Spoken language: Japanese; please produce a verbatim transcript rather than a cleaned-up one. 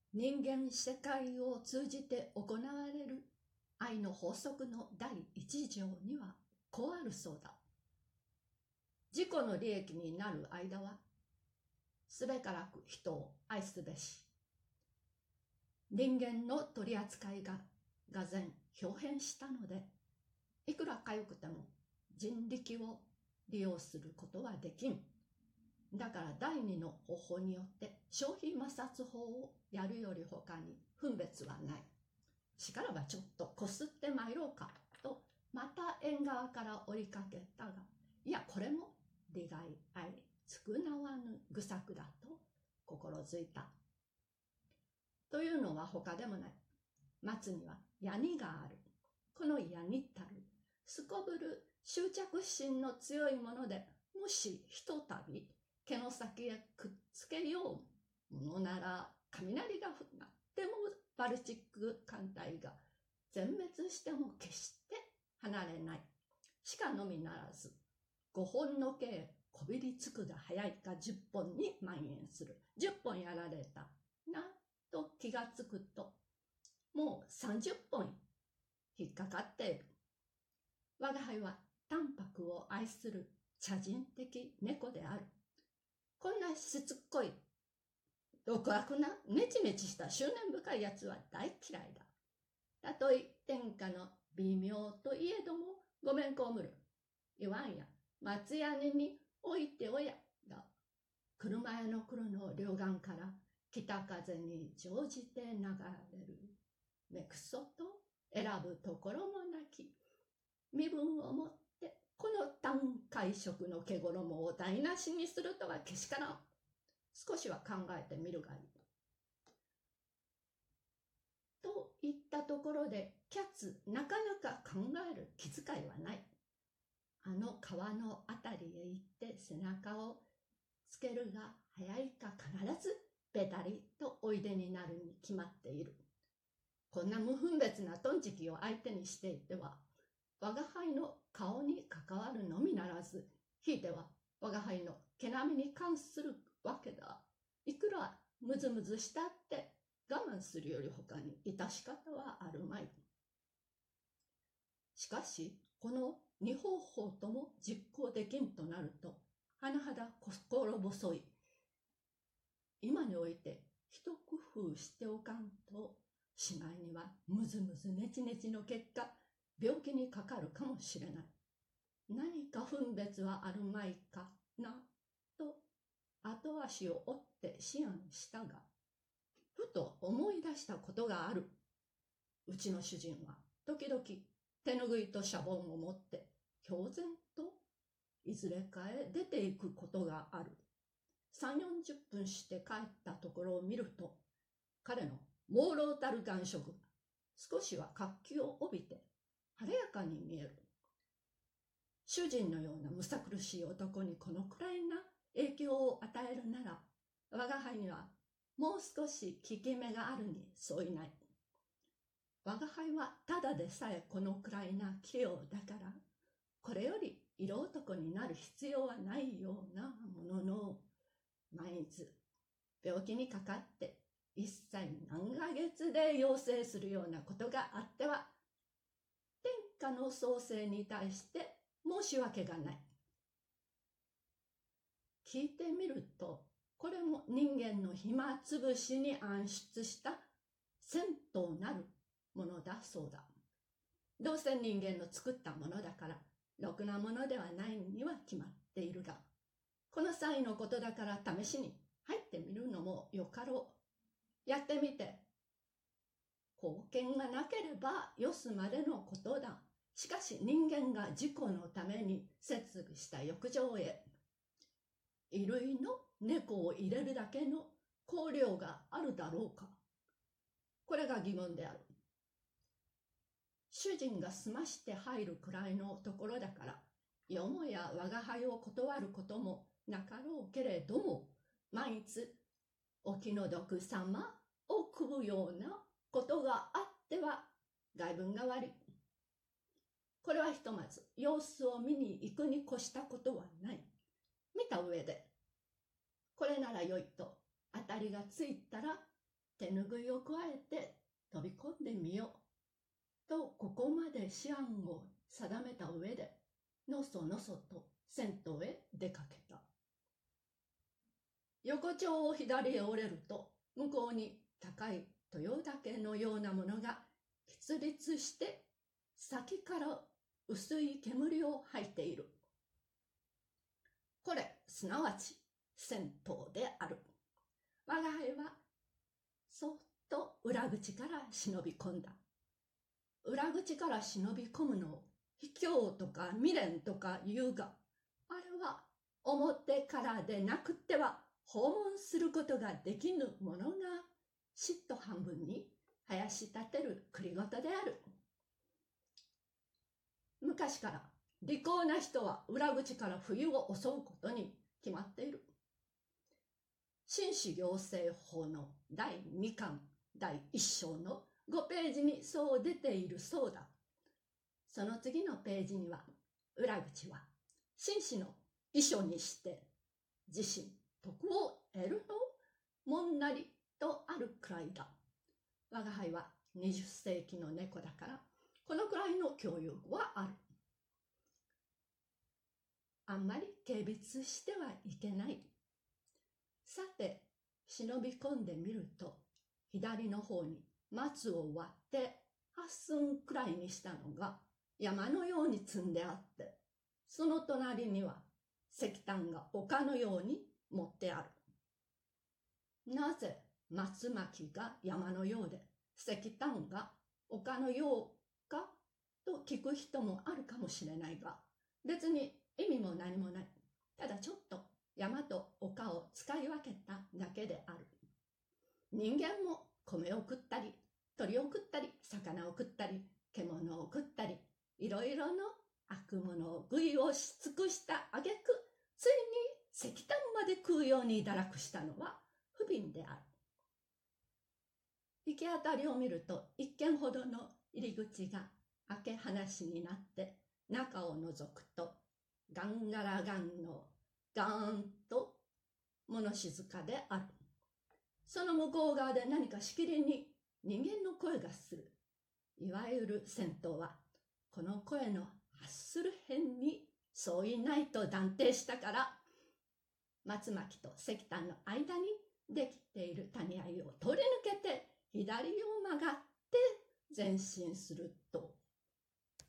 人間世界を通じて行われる愛の法則の第一条にはこうあるそうだ。自己の利益になる間は、すべからく人を愛すべし。人間の取り扱いががぜん表変したので、いくらかゆくても人力を利用することはできん。だから第二の方法によって消費摩擦法をやるより他に分別はない。しからばちょっとこすってまいろうかと、また縁側から追いかけたが、いやこれも利害愛償わぬ愚策だと心づいた。というのは他でもない。松にはヤニがある。このヤニたるすこぶる執着心の強いもので、もしひとたび毛の先へくっつけようものなら、雷が降ってもバルチック艦隊が全滅しても決して離れない。しかのみならず、ごほんの毛へこびりつくが早いかじゅっぽんに蔓延する。じゅっぽんやられたなと気がつくと、もうさんじゅっぽん引っかかっている。我が輩は淡白を愛する茶人的猫である。こんなしつこい、毒悪な、ネチネチした執念深いやつは大嫌いだ。たとえ天下の微妙といえども、ごめんこむる。言わんや、松屋根に置いておやが、車屋の黒の両岸から北風に乗じて流れる。めくそと選ぶところもなき。身分をもって、この短会色の毛衣を台無しにするとはけしからん。少しは考えてみるがいい。といったところで、キャッツなかなか考える気遣いはない。あの川のあたりへ行って背中をつけるが早いか必ずべたりとおいでになるに決まっている。こんな無分別なトンチキを相手にしていては、我が輩の顔に関わるのみならず、ひいては我が輩の毛並みに関するわけだ。いくらむずむずしたって我慢するより他に致し方はあるまい。しかし、この二方法とも実行できんとなると、甚だ心細い。今において一工夫しておかんと、しまいにはむずむずねちねちの結果、病気にかかるかもしれない。何か分別はあるまいかな、と後足を追って思案したが、ふと思い出したことがある。うちの主人は時々手ぬぐいとシャボンを持って狂然といずれかへ出ていくことがある。三四十分して帰ったところを見ると、彼の朦朧たる眼色が少しは活気を帯びて晴れやかに見える。主人のようなむさ苦しい男にこのくらいな影響を与えるなら、我が輩にはもう少し効き目があるに相違ない。我が輩はただでさえこのくらいな器量だから、これより色男になる必要はないようなものの、万一病気にかかって一切何ヶ月で養成するようなことがあっては、天下の創生に対して申し訳がない。聞いてみると、これも人間の暇つぶしに暗出した銭湯なるものだそうだ。どうせ人間の作ったものだから、ろくなものではないには決まっているが、この際のことだから試しに入ってみるのもよかろう。やってみて。貢献がなければよすまでのことだ。しかし人間が自己のために設備した浴場へ、衣類の猫を入れるだけの香料があるだろうか。これが疑問である。主人が済まして入るくらいのところだから、よもや我が輩を断ることもなかろうけれども、万一お気の毒様を食うようなことがあっては外分が悪い。これはひとまず様子を見に行くに越したことはない。見た上で、これならよいと当たりがついたら手ぬぐいを加えて飛び込んでみようとここまで思案を定めた上でのそのそと銭湯へ出かけた。横丁を左へ折れると向こうに高い豊岳のようなものが喫立して先から薄い煙を吐いている。これすなわち銭湯である。我が輩はそっと裏口から忍び込んだ。裏口から忍び込むのを卑怯とか未練とか言うが、あれは表からでなくっては訪問することができぬものが嫉妬半分に生やし立てる繰り事である。昔から利口な人は裏口から冬を襲うことに決まっている。紳士行政法のだいにかんだいいっ章のごページにそう出ているそうだ。その次のページには、裏口は紳士の遺書にして自身徳を得るのもんなりとあるくらいだ。我が輩はにじゅっ世紀の猫だからこのくらいの教養はある。あんまり軽蔑してはいけない。さて忍び込んでみると、左の方に松を割って八寸くらいにしたのが山のように積んであって、その隣には石炭が丘のように持ってある。なぜ松巻が山のようで石炭が丘のようかと聞く人もあるかもしれないが、別に意味も何もない。ただちょっと山と丘を使い分けただけである。人間も米を食ったり、鳥を食ったり、魚を食ったり、獣を食ったり、いろいろの悪物を食いをし尽くした挙句、ついに石炭まで食うように堕落したのは不憫である。行き当たりを見ると、一軒ほどの入り口が開け放しになって、中を覗くと、ガンガラガンのガーンと物静かである。その向こう側で何かしきりに人間の声がする。いわゆる銭湯は、この声の発する辺に相違ないと断定したから、松巻と石炭の間にできている谷合を通り抜けて、左を曲がって前進すると